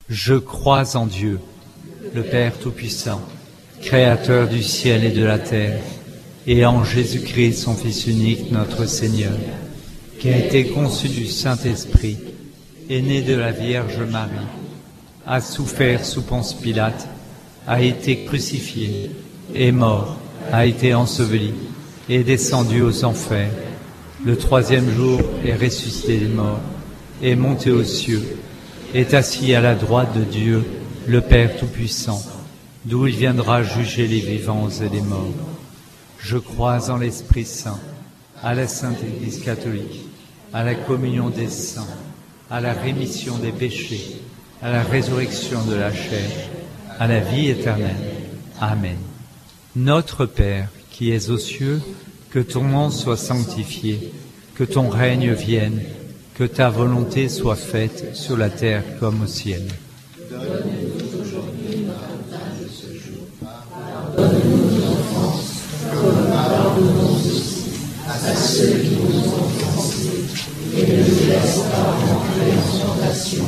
Je crois en Dieu, le Père Tout-Puissant, Créateur du ciel et de la terre, et en Jésus-Christ, son Fils unique, notre Seigneur, qui a été conçu du Saint-Esprit, est né de la Vierge Marie, a souffert sous Ponce Pilate, a été crucifié, est mort, a été enseveli, est descendu aux enfers. Le troisième jour est ressuscité des morts, est monté aux cieux, est assis à la droite de Dieu, le Père Tout-Puissant, d'où il viendra juger les vivants et les morts. Je crois en l'Esprit Saint, à la Sainte Église catholique, à la communion des saints, à la rémission des péchés, à la résurrection de la chair, à la vie éternelle. Amen. Notre Père, qui es aux cieux, que ton nom soit sanctifié, que ton règne vienne, que ta volonté soit faite sur la terre comme au ciel. Donne-nous aujourd'hui notre pain de ce jour. Pardonne-nous nos offenses, comme nous pardonnons aussi à ceux qui nous ont offensés. Et ne nous laisse pas entrer en tentation.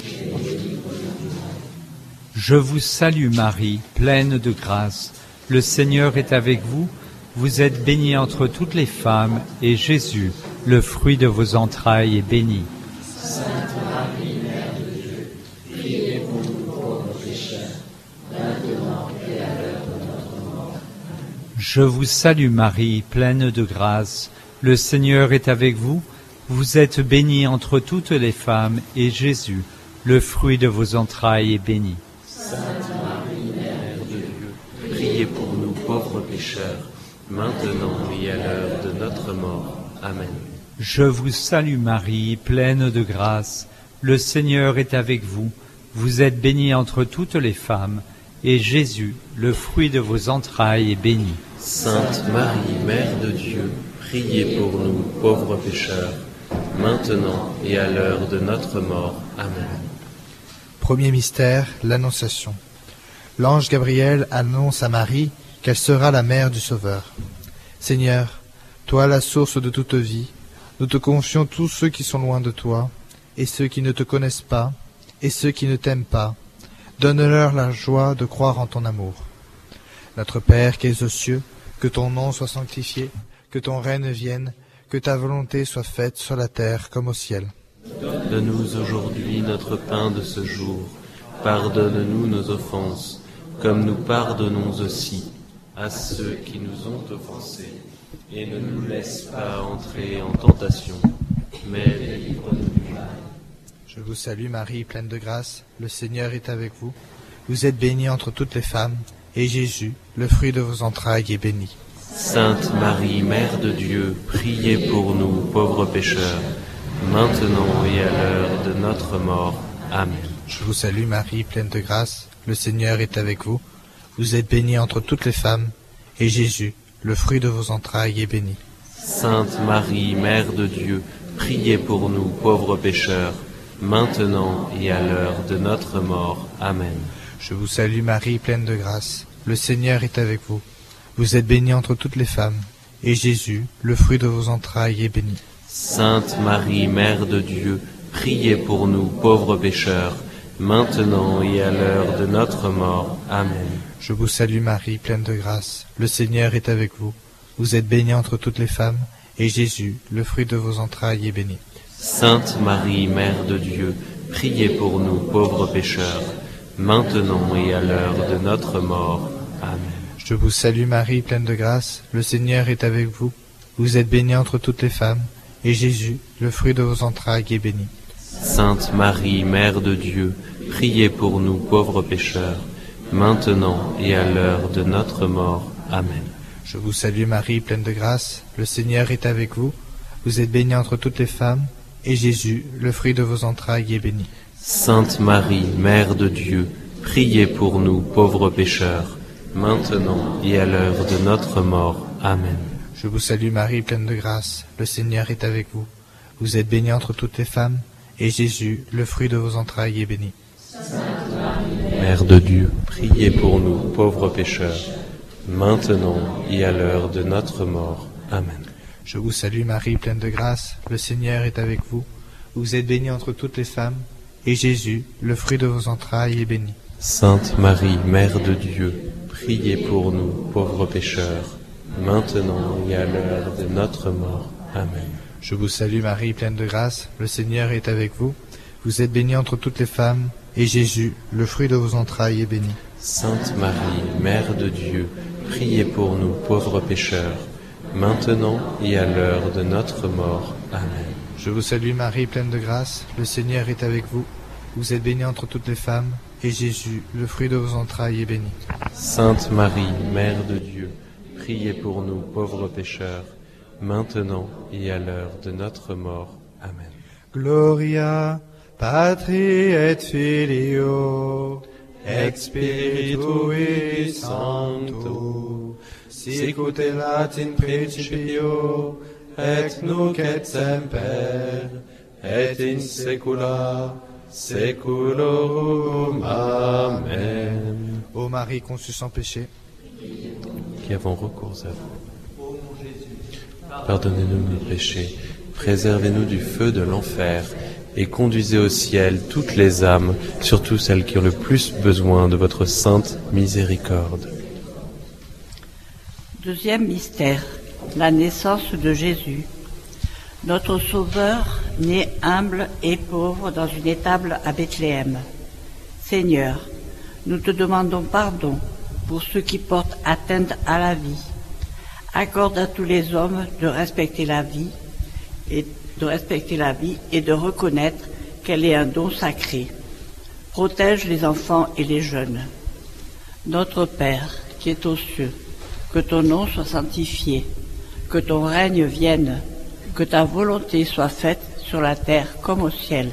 Je vous salue Marie, pleine de grâce. Le Seigneur est avec vous. Vous êtes bénie entre toutes les femmes, et Jésus, le fruit de vos entrailles, est béni. Sainte Marie, Mère de Dieu, priez pour nous pauvres pécheurs, maintenant et à l'heure de notre mort. Je vous salue Marie, pleine de grâce. Le Seigneur est avec vous. Vous êtes bénie entre toutes les femmes, et Jésus, le fruit de vos entrailles, est béni. Sainte Marie, Mère de Dieu, priez pour nous pauvres pécheurs, maintenant et à l'heure de notre mort. Amen. Je vous salue Marie, pleine de grâce. Le Seigneur est avec vous. Vous êtes bénie entre toutes les femmes, et Jésus, le fruit de vos entrailles, est béni. Sainte Marie, Mère de Dieu, priez pour nous pauvres pécheurs, maintenant et à l'heure de notre mort. Amen. Premier mystère, l'Annonciation. L'ange Gabriel annonce à Marie qu'elle sera la mère du Sauveur. Seigneur, toi la source de toute vie, nous te confions tous ceux qui sont loin de toi, et ceux qui ne te connaissent pas, et ceux qui ne t'aiment pas. Donne-leur la joie de croire en ton amour. Notre Père qui es aux cieux, que ton nom soit sanctifié, que ton règne vienne, que ta volonté soit faite sur la terre comme au ciel. Donne-nous aujourd'hui notre pain de ce jour. Pardonne-nous nos offenses, comme nous pardonnons aussi à ceux qui nous ont offensés. Et ne nous laisse pas entrer en tentation, mais délivre-nous du mal. Je vous salue Marie, pleine de grâce, le Seigneur est avec vous. Vous êtes bénie entre toutes les femmes, et Jésus, le fruit de vos entrailles, est béni. Sainte Marie, Mère de Dieu, priez pour nous pauvres pécheurs, maintenant et à l'heure de notre mort. Amen. Je vous salue Marie, pleine de grâce, le Seigneur est avec vous. Vous êtes bénie entre toutes les femmes, et Jésus, le fruit de vos entrailles, est béni. Sainte Marie, Mère de Dieu, priez pour nous pauvres pécheurs, maintenant et à l'heure de notre mort. Amen. Je vous salue Marie, pleine de grâce, le Seigneur est avec vous. Vous êtes bénie entre toutes les femmes, et Jésus, le fruit de vos entrailles, est béni. Sainte Marie, Mère de Dieu, priez pour nous pauvres pécheurs, maintenant et à l'heure de notre mort. Amen. Je vous salue Marie, pleine de grâce, le Seigneur est avec vous. Vous êtes bénie entre toutes les femmes, et Jésus, le fruit de vos entrailles, est béni. Sainte Marie, Mère de Dieu, priez pour nous pauvres pécheurs, maintenant et à l'heure de notre mort. Amen. Je vous salue Marie, pleine de grâce, le Seigneur est avec vous. Vous êtes bénie entre toutes les femmes, et Jésus, le fruit de vos entrailles, est béni. Sainte Marie, Mère de Dieu, priez pour nous pauvres pécheurs, maintenant et à l'heure de notre mort. Amen. Je vous salue Marie, pleine de grâce, le Seigneur est avec vous. Vous êtes bénie entre toutes les femmes, et Jésus, le fruit de vos entrailles, est béni. Sainte Marie, Mère de Dieu, priez pour nous pauvres pécheurs, maintenant et à l'heure de notre mort. Amen. Je vous salue Marie, pleine de grâce, le Seigneur est avec vous. Vous êtes bénie entre toutes les femmes, et Jésus, le fruit de vos entrailles, est béni. Sainte Marie, Mère de Dieu, priez pour nous pauvres pécheurs, maintenant et à l'heure de notre mort. Amen. Je vous salue Marie, pleine de grâce, le Seigneur est avec vous. Vous êtes bénie entre toutes les femmes, et Jésus, le fruit de vos entrailles, est béni. Sainte Marie, Mère de Dieu, priez pour nous, pauvres pécheurs, maintenant et à l'heure de notre mort. Amen. Je vous salue Marie, pleine de grâce, le Seigneur est avec vous. Vous êtes bénie entre toutes les femmes, et Jésus, le fruit de vos entrailles, est béni. Sainte Marie, Mère de Dieu, priez pour nous, pauvres pécheurs, maintenant et à l'heure de notre mort. Amen. Je vous salue Marie, pleine de grâce, le Seigneur est avec vous. Vous êtes bénie entre toutes les femmes, et Jésus, le fruit de vos entrailles, est béni. Sainte Marie, Mère de Dieu, priez pour nous, pauvres pécheurs, maintenant et à l'heure de notre mort. Amen. Gloria Patri et Filio et Spiritui Sancto, sicut erat in principio, et nunc et semper, et in saecula saeculorum. Amen. Ô Marie conçue sans péché, Qui avons recours à vous. Pardonnez-nous nos péchés, préservez-nous du feu de l'enfer, et conduisez au ciel toutes les âmes, surtout celles qui ont le plus besoin de votre sainte miséricorde. Deuxième mystère, la naissance de Jésus. Notre Sauveur, né humble et pauvre dans une étable à Bethléem. Seigneur, nous te demandons pardon pour ceux qui portent atteinte à la vie. Accorde à tous les hommes de respecter la vie et de reconnaître qu'elle est un don sacré. Protège les enfants et les jeunes. Notre Père, qui es aux cieux, que ton nom soit sanctifié, que ton règne vienne, que ta volonté soit faite sur la terre comme au ciel.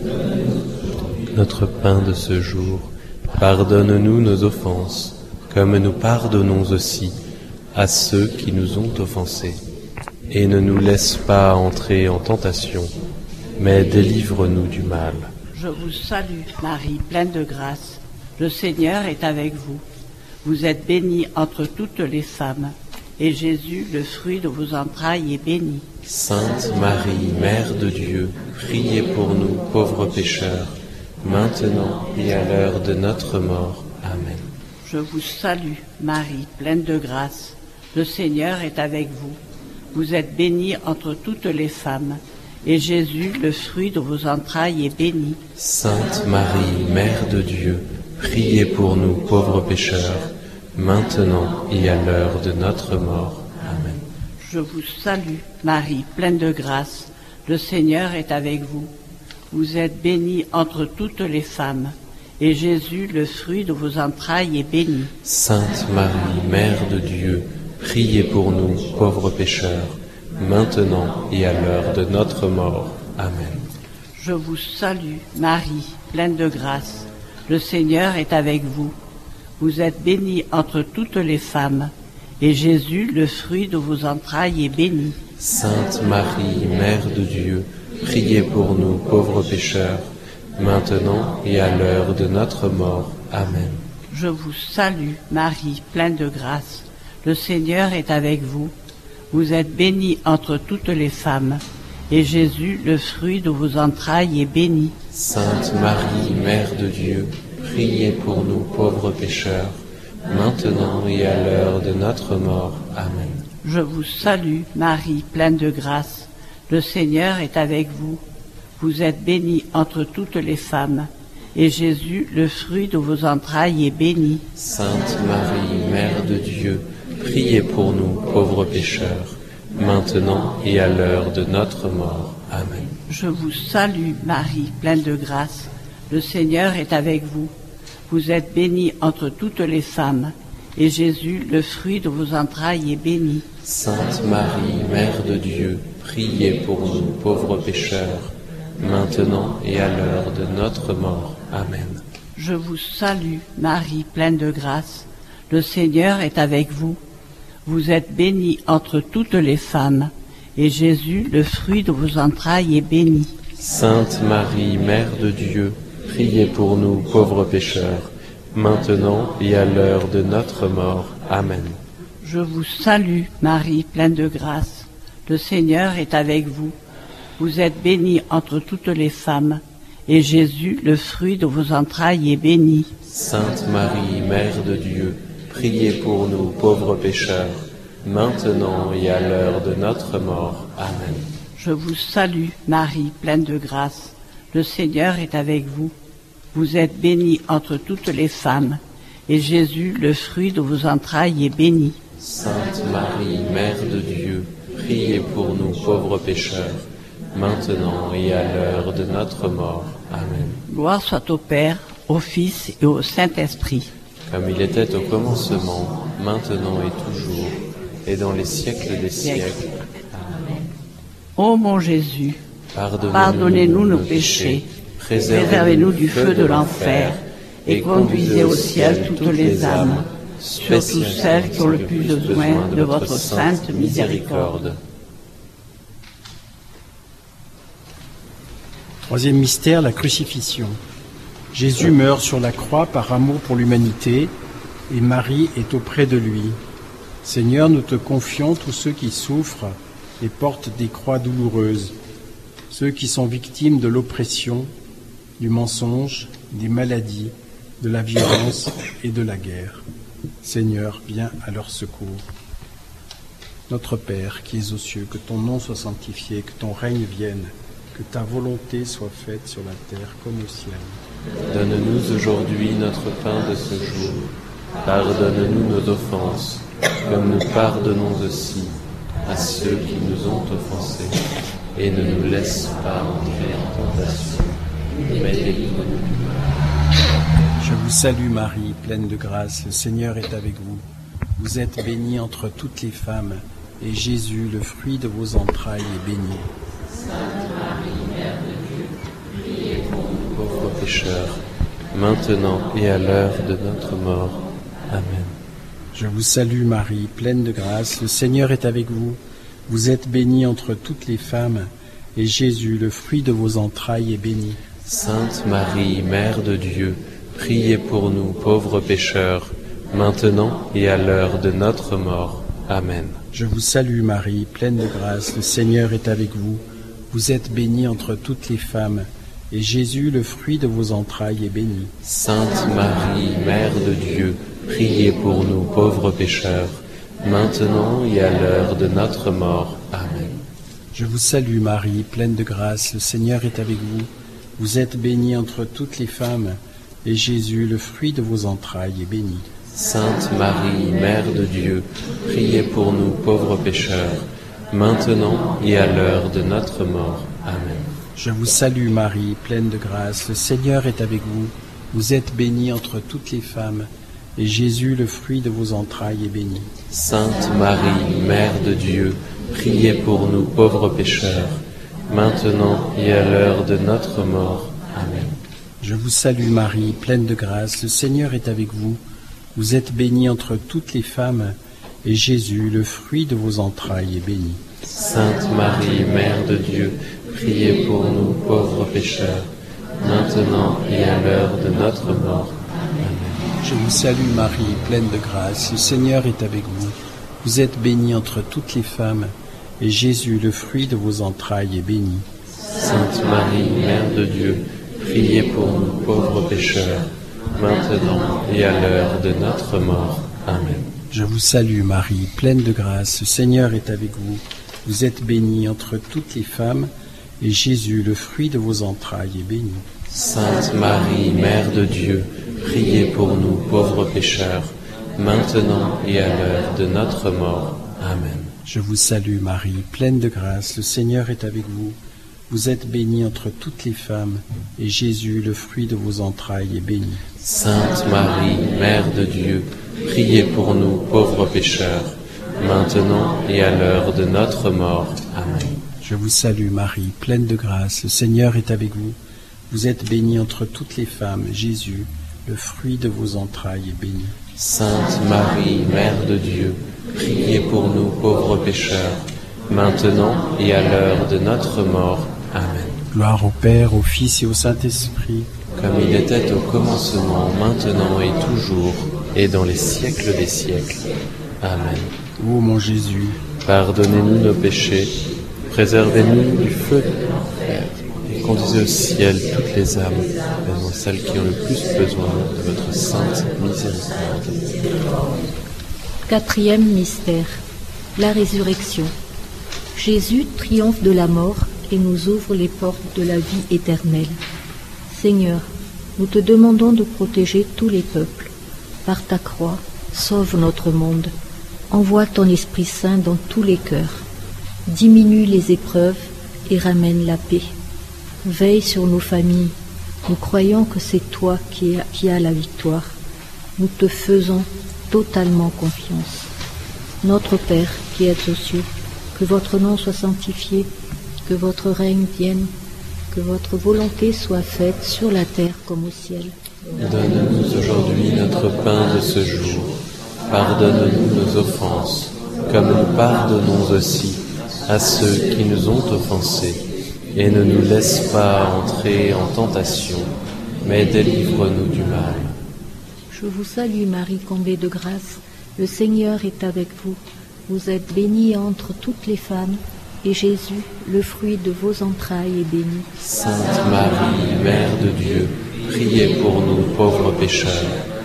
Notre pain de ce jour, pardonne-nous nos offenses, comme nous pardonnons aussi à ceux qui nous ont offensés. Et ne nous laisse pas entrer en tentation, mais délivre-nous du mal. Je vous salue, Marie, pleine de grâce. Le Seigneur est avec vous. Vous êtes bénie entre toutes les femmes, et Jésus, le fruit de vos entrailles, est béni. Sainte Marie, Mère de Dieu, priez pour nous, pauvres pécheurs, maintenant et à l'heure de notre mort. Amen. Je vous salue, Marie, pleine de grâce. Le Seigneur est avec vous. Vous êtes bénie entre toutes les femmes, et Jésus, le fruit de vos entrailles, est béni. Sainte Marie, Mère de Dieu, priez pour nous, pauvres pécheurs, maintenant et à l'heure de notre mort. Amen. Je vous salue, Marie, pleine de grâce. Le Seigneur est avec vous. Vous êtes bénie entre toutes les femmes, et Jésus, le fruit de vos entrailles, est béni. Sainte Marie, Mère de Dieu, priez pour nous, pauvres pécheurs, maintenant et à l'heure de notre mort. Amen. Je vous salue, Marie, pleine de grâce. Le Seigneur est avec vous. Vous êtes bénie entre toutes les femmes, et Jésus, le fruit de vos entrailles, est béni. Sainte Marie, Mère de Dieu, priez pour nous, pauvres pécheurs, maintenant et à l'heure de notre mort. Amen. Je vous salue, Marie, pleine de grâce. Le Seigneur est avec vous. Vous êtes bénie entre toutes les femmes, et Jésus, le fruit de vos entrailles, est béni. Sainte Marie, Mère de Dieu, priez pour nous, pauvres pécheurs, maintenant et à l'heure de notre mort. Amen. Je vous salue, Marie, pleine de grâce. Le Seigneur est avec vous. Vous êtes bénie entre toutes les femmes, et Jésus, le fruit de vos entrailles, est béni. Sainte Marie, Mère de Dieu, priez pour nous, pauvres pécheurs, maintenant et à l'heure de notre mort. Amen. Je vous salue, Marie, pleine de grâce. Le Seigneur est avec vous. Vous êtes bénie entre toutes les femmes, et Jésus, le fruit de vos entrailles, est béni. Sainte Marie, Mère de Dieu, priez pour nous, pauvres pécheurs, maintenant et à l'heure de notre mort. Amen. Je vous salue, Marie, pleine de grâce. Le Seigneur est avec vous. Vous êtes bénie entre toutes les femmes, et Jésus, le fruit de vos entrailles, est béni. Sainte Marie, Mère de Dieu, priez pour nous, pauvres pécheurs, maintenant et à l'heure de notre mort. Amen. Je vous salue, Marie, pleine de grâce. Le Seigneur est avec vous. Vous êtes bénie entre toutes les femmes, et Jésus, le fruit de vos entrailles, est béni. Sainte Marie, Mère de Dieu, priez pour nous pauvres pécheurs, maintenant et à l'heure de notre mort. Amen. Je vous salue, Marie, pleine de grâce. Le Seigneur est avec vous. Vous êtes bénie entre toutes les femmes, et Jésus, le fruit de vos entrailles, est béni. Sainte Marie, Mère de Dieu, priez pour nous pauvres pécheurs, maintenant et à l'heure de notre mort. Amen. Gloire soit au Père, au Fils et au Saint-Esprit. Comme il était au commencement, maintenant et toujours, et dans les siècles des siècles. Ô mon Jésus, pardonnez-nous nos péchés, préservez-nous du feu de l'enfer, et conduisez au ciel toutes les âmes, surtout celles qui ont le plus besoin de votre sainte miséricorde. Troisième mystère, la crucifixion. Jésus meurt sur la croix par amour pour l'humanité, et Marie est auprès de lui. Seigneur, nous te confions tous ceux qui souffrent et portent des croix douloureuses, ceux qui sont victimes de l'oppression, du mensonge, des maladies, de la violence et de la guerre. Seigneur, viens à leur secours. Notre Père, qui es aux cieux, que ton nom soit sanctifié, que ton règne vienne, que ta volonté soit faite sur la terre comme au ciel. Donne-nous aujourd'hui notre pain de ce jour. Pardonne-nous nos offenses, comme nous pardonnons aussi à ceux qui nous ont offensés. Et ne nous laisse pas entrer en tentation, mais délivre-nous du mal. Je vous salue Marie, pleine de grâce, le Seigneur est avec vous. Vous êtes bénie entre toutes les femmes, et Jésus, le fruit de vos entrailles, est béni. Sainte Marie, Mère de Dieu, priez pour nous pauvres pécheurs, maintenant et à l'heure de notre mort. Amen. Je vous salue Marie, pleine de grâce, le Seigneur est avec vous. Vous êtes bénie entre toutes les femmes, et Jésus, le fruit de vos entrailles, est béni. Sainte Marie, Mère de Dieu, priez pour nous pauvres pécheurs, maintenant et à l'heure de notre mort. Amen. Je vous salue Marie, pleine de grâce, le Seigneur est avec vous. Vous êtes bénie entre toutes les femmes, et Jésus, le fruit de vos entrailles, est béni. Sainte Marie, Mère de Dieu, priez pour nous pauvres pécheurs, maintenant et à l'heure de notre mort. Amen. Je vous salue Marie, pleine de grâce, le Seigneur est avec vous. Vous êtes bénie entre toutes les femmes, et Jésus, le fruit de vos entrailles, est béni. Sainte Marie, Mère de Dieu, priez pour nous pauvres pécheurs, maintenant et à l'heure de notre mort. Amen. Je vous salue Marie, pleine de grâce, le Seigneur est avec vous. Vous êtes bénie entre toutes les femmes, et Jésus, le fruit de vos entrailles, est béni. Sainte Marie, Mère de Dieu, priez pour nous pauvres pécheurs, maintenant et à l'heure de notre mort. Amen. Je vous salue Marie, pleine de grâce, le Seigneur est avec vous. Vous êtes bénie entre toutes les femmes, et Jésus, le fruit de vos entrailles, est béni. Sainte Marie, Mère de Dieu, priez pour nous pauvres pécheurs, maintenant et à l'heure de notre mort. Amen. Je vous salue Marie, pleine de grâce, le Seigneur est avec vous. Vous êtes bénie entre toutes les femmes, et Jésus, le fruit de vos entrailles, est béni. Sainte Marie, Mère de Dieu, priez pour nous pauvres pécheurs, maintenant et à l'heure de notre mort. Amen. Je vous salue Marie, pleine de grâce, le Seigneur est avec vous. Vous êtes bénie entre toutes les femmes, et Jésus, le fruit de vos entrailles, est béni. Sainte Marie, Mère de Dieu, priez pour nous pauvres pécheurs, maintenant et à l'heure de notre mort. Amen. Je vous salue Marie, pleine de grâce, le Seigneur est avec vous. Vous êtes bénie entre toutes les femmes, et Jésus, le fruit de vos entrailles, est béni. Sainte Marie, Mère de Dieu, priez pour nous pauvres pécheurs, maintenant et à l'heure de notre mort. Amen. Je vous salue Marie, pleine de grâce, le Seigneur est avec vous. Vous êtes bénie entre toutes les femmes, Jésus, le fruit de vos entrailles, est béni. Sainte Marie, Mère de Dieu, priez pour nous pauvres pécheurs, maintenant et à l'heure de notre mort. Amen. Gloire au Père, au Fils et au Saint-Esprit. Comme il était au commencement, maintenant et toujours, et dans les siècles des siècles. Amen. Ô mon Jésus, pardonnez-nous nos péchés, préservez-nous du feu de l'enfer, et Conduisez au ciel toutes les âmes, même celles qui ont le plus besoin de votre sainte miséricorde. Quatrième mystère, la résurrection. Jésus triomphe de la mort et nous ouvre les portes de la vie éternelle. Seigneur, nous te demandons de protéger tous les peuples. Par ta croix, sauve notre monde. Envoie ton Esprit Saint dans tous les cœurs. Diminue les épreuves et ramène la paix. Veille sur nos familles. Nous croyons que c'est toi qui as la victoire. Nous te faisons totalement confiance. Notre Père qui êtes aux cieux, que votre nom soit sanctifié, que votre règne vienne, que votre volonté soit faite sur la terre comme au ciel. Donne-nous aujourd'hui notre pain de ce jour. Pardonne-nous nos offenses, comme nous pardonnons aussi à ceux qui nous ont offensés. Et ne nous laisse pas entrer en tentation, mais délivre-nous du mal. Je vous salue Marie, comblée de grâce, le Seigneur est avec vous. Vous êtes bénie entre toutes les femmes, et Jésus, le fruit de vos entrailles, est béni. Sainte Marie, Mère de Dieu, priez pour nous pauvres pécheurs,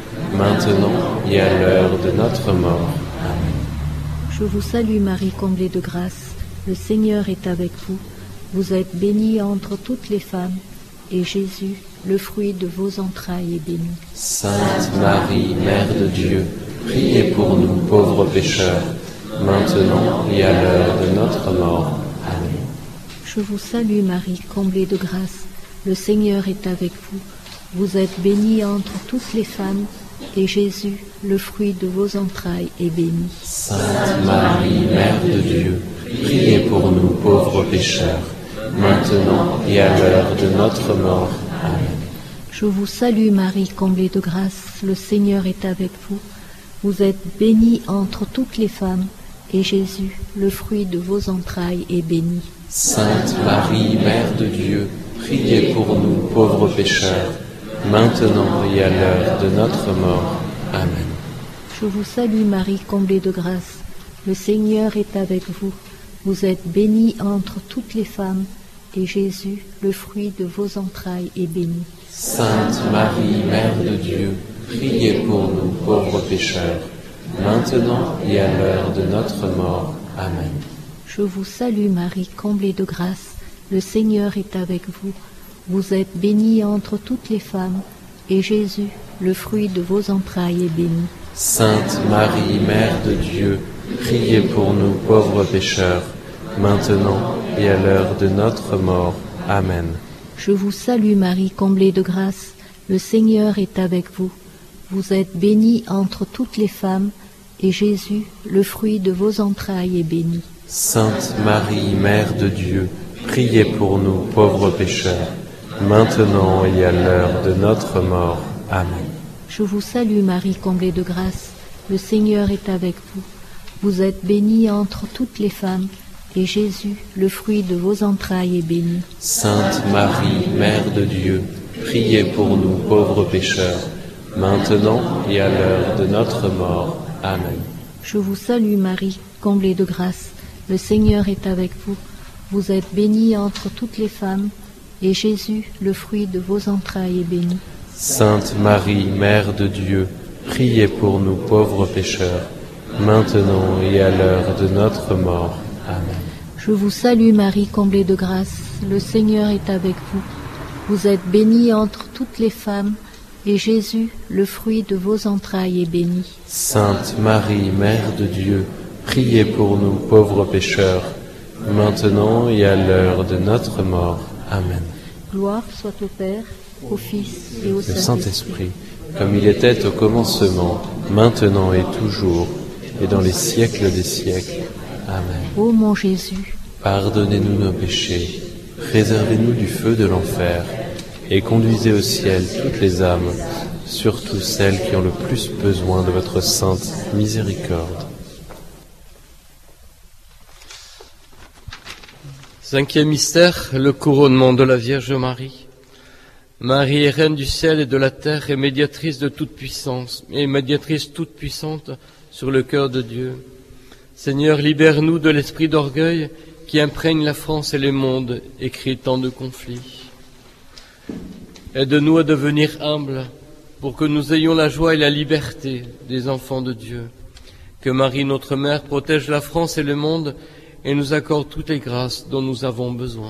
maintenant et à l'heure de notre mort. Amen. Je vous salue Marie, comblée de grâce, le Seigneur est avec vous. Vous êtes bénie entre toutes les femmes, et Jésus, le fruit de vos entrailles, est béni. Sainte Marie, Mère de Dieu, priez pour nous pauvres pécheurs, maintenant et à l'heure de notre mort. Amen. Je vous salue Marie, comblée de grâce, le Seigneur est avec vous. Vous êtes bénie entre toutes les femmes, et Jésus, le fruit de vos entrailles, est béni. Sainte Marie, Mère de Dieu, priez pour nous pauvres pécheurs, maintenant et à l'heure de notre mort. Amen. Je vous salue Marie, comblée de grâce, le Seigneur est avec vous. Vous êtes bénie entre toutes les femmes, et Jésus, le fruit de vos entrailles, est béni. Sainte Marie, Mère de Dieu, priez pour nous pauvres pécheurs, maintenant et à l'heure de notre mort. Amen. Je vous salue Marie, comblée de grâce, le Seigneur est avec vous. Vous êtes bénie entre toutes les femmes, et Jésus, le fruit de vos entrailles, est béni. Sainte Marie, Mère de Dieu, priez pour nous pauvres pécheurs, maintenant et à l'heure de notre mort. Amen. Je vous salue Marie, comblée de grâce, le Seigneur est avec vous. Vous êtes bénie entre toutes les femmes, et Jésus, le fruit de vos entrailles, est béni. Sainte Marie, Mère de Dieu, priez pour nous pauvres pécheurs, maintenant et à l'heure de notre mort. Amen. Je vous salue Marie, comblée de grâce, le Seigneur est avec vous. Vous êtes bénie entre toutes les femmes, et Jésus, le fruit de vos entrailles, est béni. Sainte Marie, Mère de Dieu, priez pour nous pauvres pécheurs, maintenant et à l'heure de notre mort. Amen. Je vous salue Marie, comblée de grâce, le Seigneur est avec vous. Vous êtes bénie entre toutes les femmes, et Jésus, le fruit de vos entrailles, est béni. Sainte Marie, Mère de Dieu, priez pour nous pauvres pécheurs, maintenant et à l'heure de notre mort. Amen. Je vous salue Marie, comblée de grâce, le Seigneur est avec vous. Vous êtes bénie entre toutes les femmes, et Jésus, le fruit de vos entrailles, est béni. Sainte Marie, Mère de Dieu, priez pour nous pauvres pécheurs, maintenant et à l'heure de notre mort. Amen. Je vous salue Marie, comblée de grâce, le Seigneur est avec vous. Vous êtes bénie entre toutes les femmes, et Jésus, le fruit de vos entrailles, est béni. Sainte Marie, Mère de Dieu, priez pour nous pauvres pécheurs, maintenant et à l'heure de notre mort. Amen. Gloire soit au Père, au Fils et au Le Saint-Esprit, Saint-Esprit, comme il était au commencement, maintenant et toujours, et dans les siècles des siècles. Amen. Ô mon Jésus, Pardonnez-nous nos péchés, préservez-nous du feu de l'enfer, et conduisez au ciel toutes les âmes, surtout celles qui ont le plus besoin de votre sainte miséricorde. Cinquième mystère, le couronnement de la Vierge Marie. Marie est reine du ciel et de la terre et médiatrice de toute puissance, et médiatrice toute puissante sur le cœur de Dieu. Seigneur, libère-nous de l'esprit d'orgueil qui imprègne la France et le monde et crée tant de conflits. Aide-nous à devenir humbles, pour que nous ayons la joie et la liberté des enfants de Dieu. Que Marie, notre Mère, protège la France et le monde et nous accorde toutes les grâces dont nous avons besoin.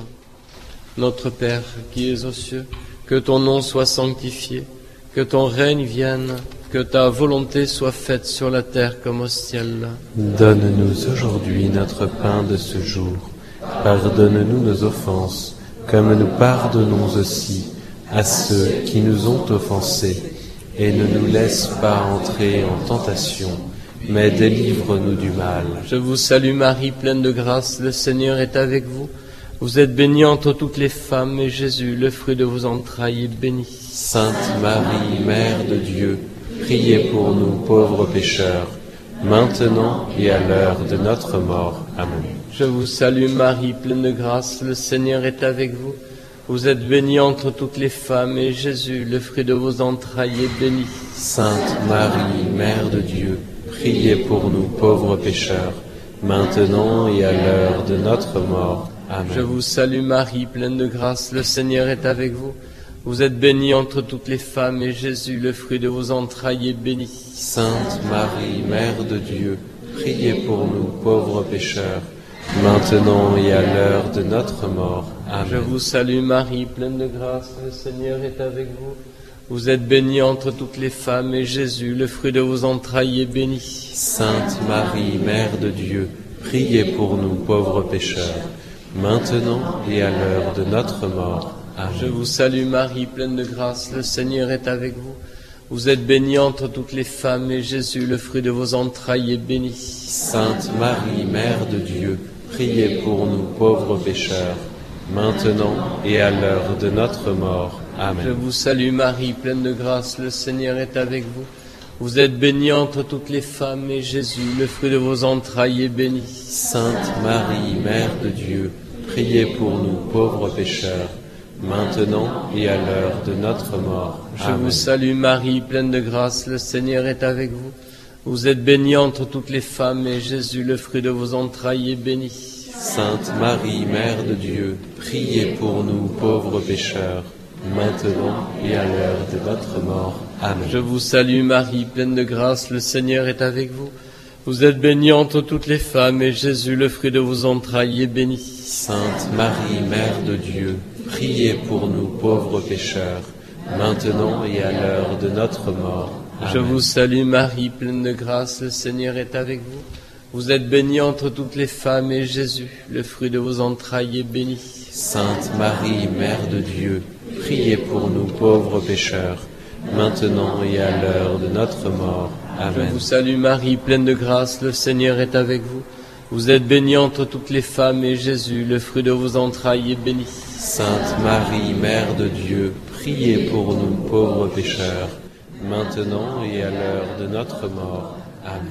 Notre Père qui es aux cieux, que ton nom soit sanctifié, que ton règne vienne, que ta volonté soit faite sur la terre comme au ciel. Donne-nous aujourd'hui notre pain de ce jour. Pardonne-nous nos offenses, comme nous pardonnons aussi à ceux qui nous ont offensés. Et ne nous laisse pas entrer en tentation, mais délivre-nous du mal. Je vous salue Marie, pleine de grâce, le Seigneur est avec vous. Vous êtes bénie entre toutes les femmes, et Jésus, le fruit de vos entrailles, est béni. Sainte Marie, Mère de Dieu, priez pour nous pauvres pécheurs, maintenant et à l'heure de notre mort. Amen. Je vous salue Marie, pleine de grâce, le Seigneur est avec vous. Vous êtes bénie entre toutes les femmes, et Jésus, le fruit de vos entrailles, est béni. Sainte Marie, Mère de Dieu, priez pour nous pauvres pécheurs, maintenant et à l'heure de notre mort. Amen. Je vous salue Marie, pleine de grâce, le Seigneur est avec vous. Vous êtes bénie entre toutes les femmes, et Jésus, le fruit de vos entrailles, est béni. Sainte Marie, Mère de Dieu, priez pour nous pauvres pécheurs, maintenant et à l'heure de notre mort. Amen. Je vous salue Marie, pleine de grâce, le Seigneur est avec vous. Vous êtes bénie entre toutes les femmes, et Jésus, le fruit de vos entrailles, est béni. Sainte Marie, Mère de Dieu, priez pour nous pauvres pécheurs, maintenant et à l'heure de notre mort. Amen. Je vous salue Marie, pleine de grâce, le Seigneur est avec vous. Vous êtes bénie entre toutes les femmes, et Jésus, le fruit de vos entrailles, est béni. Sainte Marie, Mère de Dieu, priez pour nous pauvres pécheurs, maintenant et à l'heure de notre mort. Amen. Je vous salue Marie, pleine de grâce, le Seigneur est avec vous. Vous êtes bénie entre toutes les femmes, et Jésus, le fruit de vos entrailles, est béni. Sainte Marie, Mère de Dieu, priez pour nous pauvres pécheurs, maintenant et à l'heure de notre mort. Je vous salue Marie, pleine de grâce, le Seigneur est avec vous. Vous êtes bénie entre toutes les femmes, et Jésus, le fruit de vos entrailles, est béni. Sainte Marie, Mère de Dieu, priez pour nous pauvres pécheurs, maintenant et à l'heure de notre mort. Amen. Je vous salue Marie, pleine de grâce, le Seigneur est avec vous. Vous êtes bénie entre toutes les femmes, et Jésus, le fruit de vos entrailles, est béni. Sainte Marie, Mère de Dieu, priez pour nous pauvres pécheurs, maintenant et à l'heure de notre mort. Amen. Je vous salue Marie, pleine de grâce, le Seigneur est avec vous. Vous êtes bénie entre toutes les femmes, et Jésus, le fruit de vos entrailles, est béni. Sainte Marie, Mère de Dieu, priez pour nous pauvres pécheurs, maintenant et à l'heure de notre mort. Amen. Je vous salue Marie, pleine de grâce, le Seigneur est avec vous. Vous êtes bénie entre toutes les femmes, et Jésus, le fruit de vos entrailles, est béni. Sainte Marie, Mère de Dieu, priez pour nous pauvres pécheurs, maintenant et à l'heure de notre mort. Amen.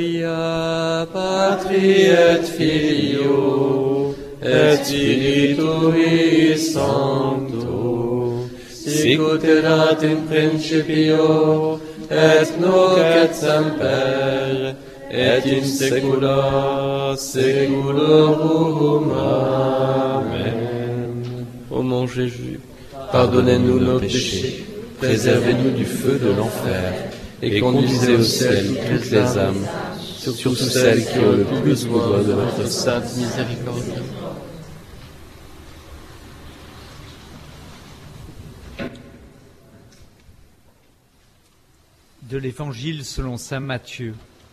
Gloria Patri et Filio et Spiritui Sancto, sic ut erat in principio et nunc et semper et in saecula saeculorum. Amen. Ô mon Jésus, pardonnez-nous nos péchés, préservez-nous du feu de l'enfer, et conduisez au ciel toutes les âmes, surtout celles qui ont le plus besoin de votre sainte miséricorde. De l'Évangile selon saint Matthieu.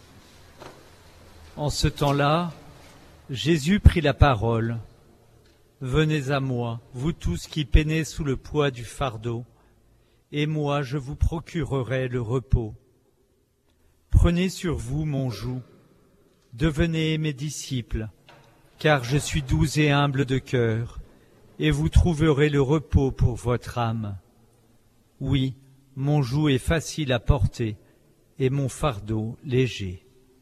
En ce temps-là, Jésus prit la parole. « Venez à moi, vous tous qui peinez sous le poids du fardeau, et moi je vous procurerai le repos. Prenez sur vous mon joug, devenez mes disciples, car je suis doux et humble de cœur, et vous trouverez le repos pour votre âme. Oui, mon joug est facile à porter, et mon fardeau léger. »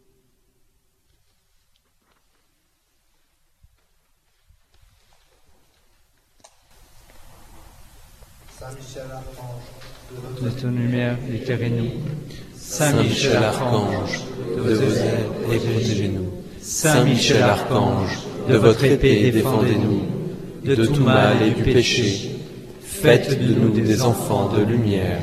Saint Michel Archange, de ton lumière, éclairez-nous. Saint Michel Archange, de vos ailes, protégez-nous. Saint Michel Archange, de votre épée, défendez-nous. De tout mal et du péché. Faites de nous des enfants de lumière.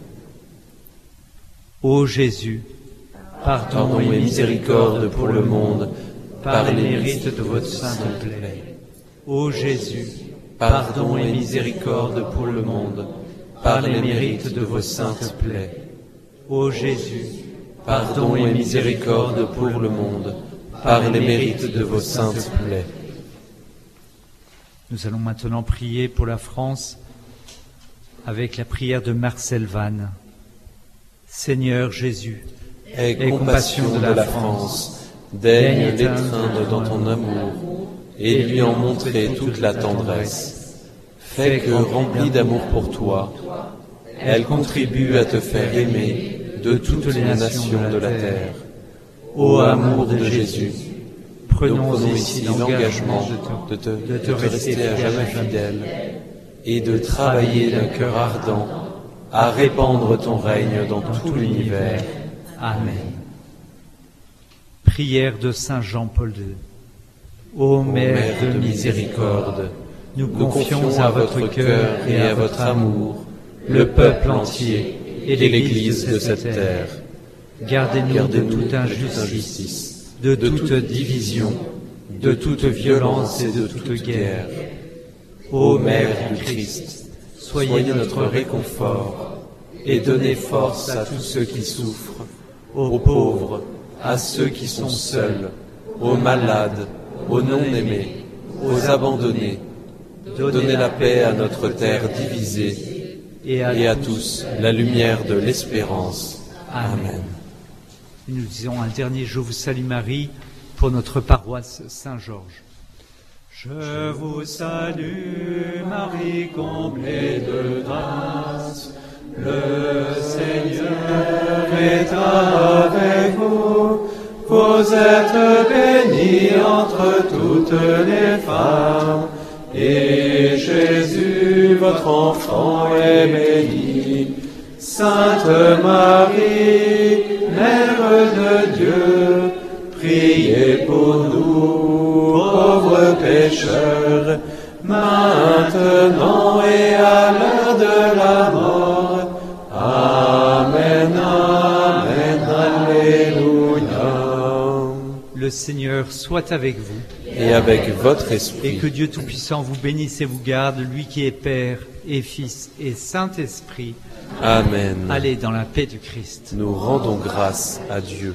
Ô Jésus, Pardon et miséricorde pour le monde, par les mérites de votre sainte plaie. Ô Jésus, pardon et miséricorde pour le monde, par les mérites de vos saintes plaies. Ô Jésus, Pardon et miséricorde pour le monde, par les mérites de vos saintes plaies. Nous allons maintenant prier pour la France avec la prière de Marcel Vannes. Seigneur Jésus, Aie compassion de la France, daigne l'étreindre dans ton amour, et lui en montrer toute la tendresse. Fais que, remplie d'amour pour toi, elle contribue à te faire aimer de toutes les nations de la terre. Ô amour de Jésus, prenons ici l'engagement de te rester à jamais fidèle et de travailler d'un cœur ardent à répandre ton règne dans tout l'univers. Amen. Prière de Saint Jean-Paul II. Ô Mère de miséricorde, nous confions à votre cœur et à votre amour le peuple entier et l'Église de cette terre. Gardez-nous de toute injustice, de toute division, de toute violence et de toute guerre. Ô Mère du Christ, soyez notre réconfort et donnez force à tous ceux qui souffrent, aux pauvres, à ceux qui sont seuls, aux malades, aux non-aimés, aux abandonnés. Donnez la paix à notre terre divisée et à tous la lumière de l'espérance. Amen. Nous disons un dernier Je vous salue Marie pour notre paroisse Saint-Georges. Je vous salue Marie, comblée de grâce. Le Seigneur est avec vous. Vous êtes bénie entre toutes les femmes. Et Jésus, votre enfant, est béni. Sainte Marie, Mère de Dieu, priez pour nous, pauvres pécheurs, maintenant et à l'heure de la mort. Amen, Amen, Alléluia. Le Seigneur soit avec vous. Et avec votre esprit. Et que Dieu Tout-Puissant vous bénisse et vous garde, lui qui est Père et Fils et Saint-Esprit. Amen. Allez dans la paix du Christ. Nous rendons grâce à Dieu.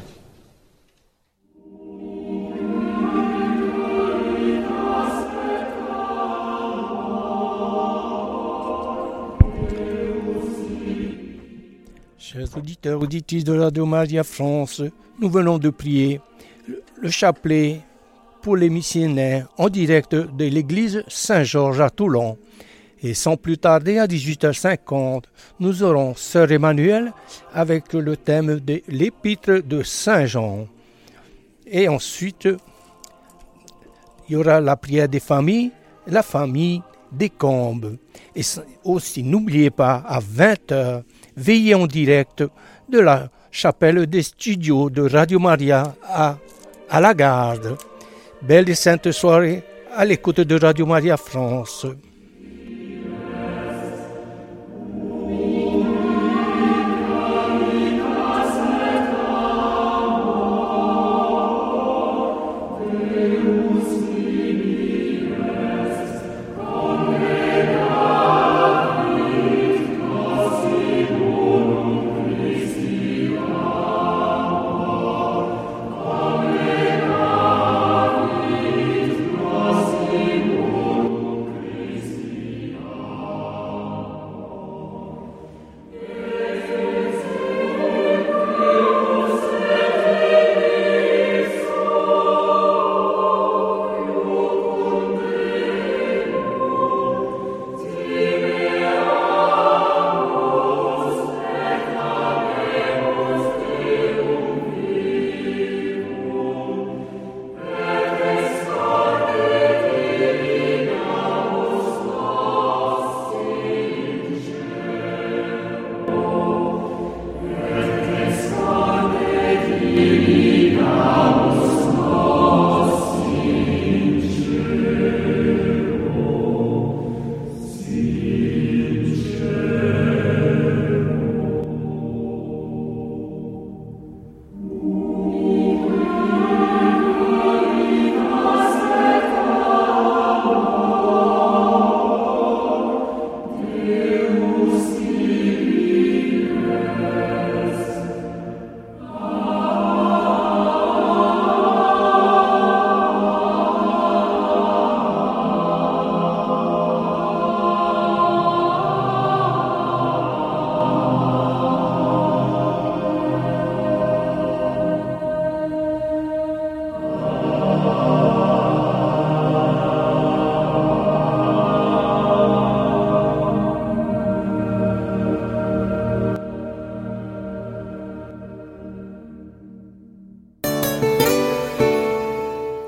Chers auditeurs, auditrices de Radio Maria France, nous venons de prier le chapelet pour les missionnaires en direct de l'église Saint-Georges à Toulon. Et sans plus tarder, à 18h50, nous aurons Sœur Emmanuelle avec le thème de l'épître de Saint-Jean. Et ensuite, il y aura la prière des familles, la famille des Combes. Et aussi, n'oubliez pas, à 20h, veillez en direct de la chapelle des studios de Radio Maria à la Garde. Belle et sainte soirée à l'écoute de Radio Maria France.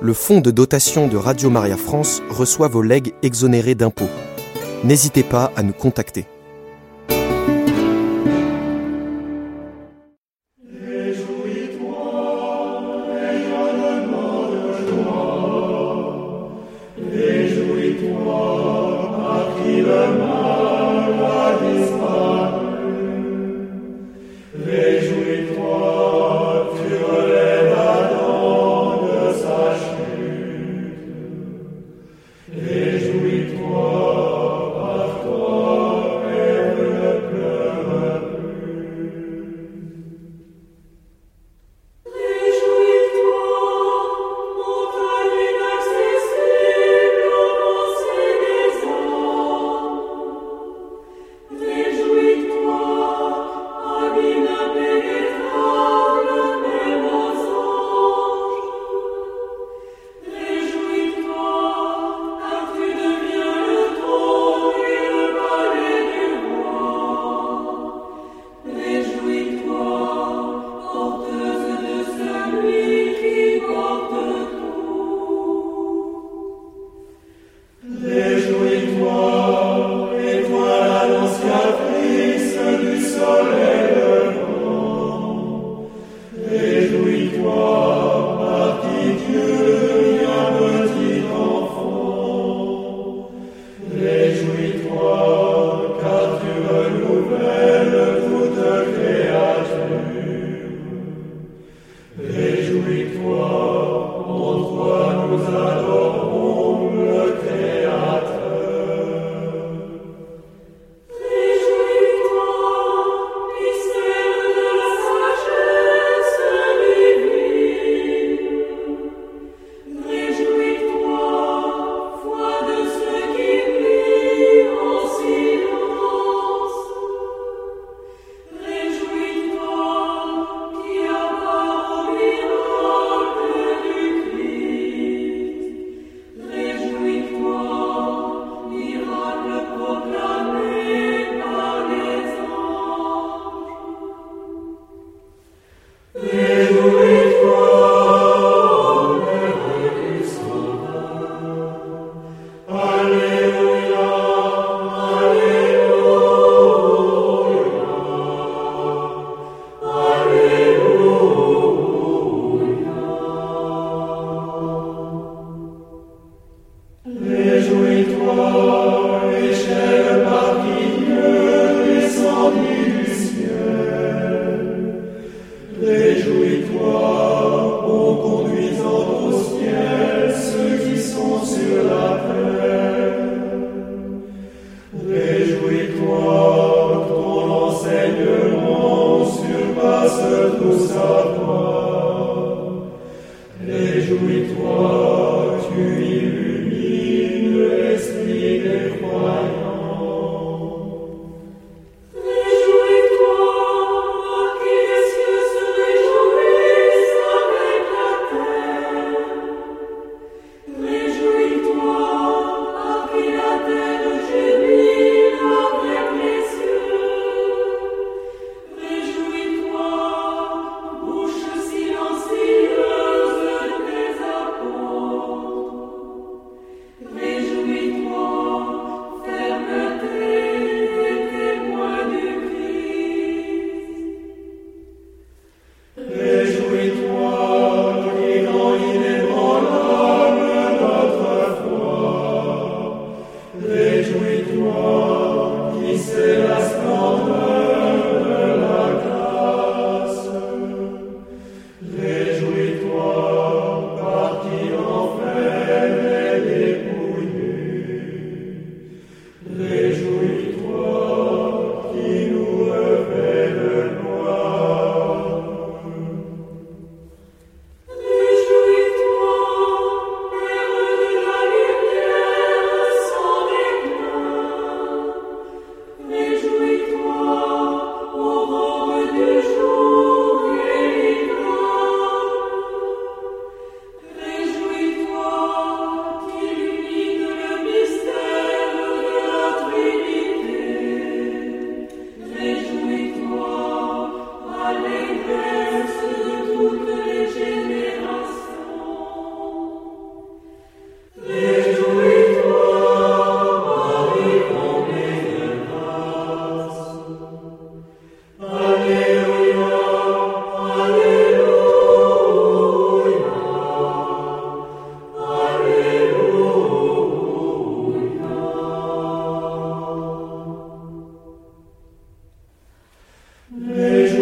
le fonds de dotation de Radio Maria France reçoit vos legs exonérés d'impôts. N'hésitez pas à nous contacter.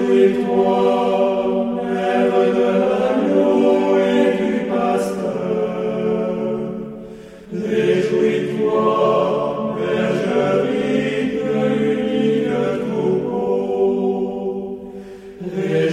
Réjouis-toi,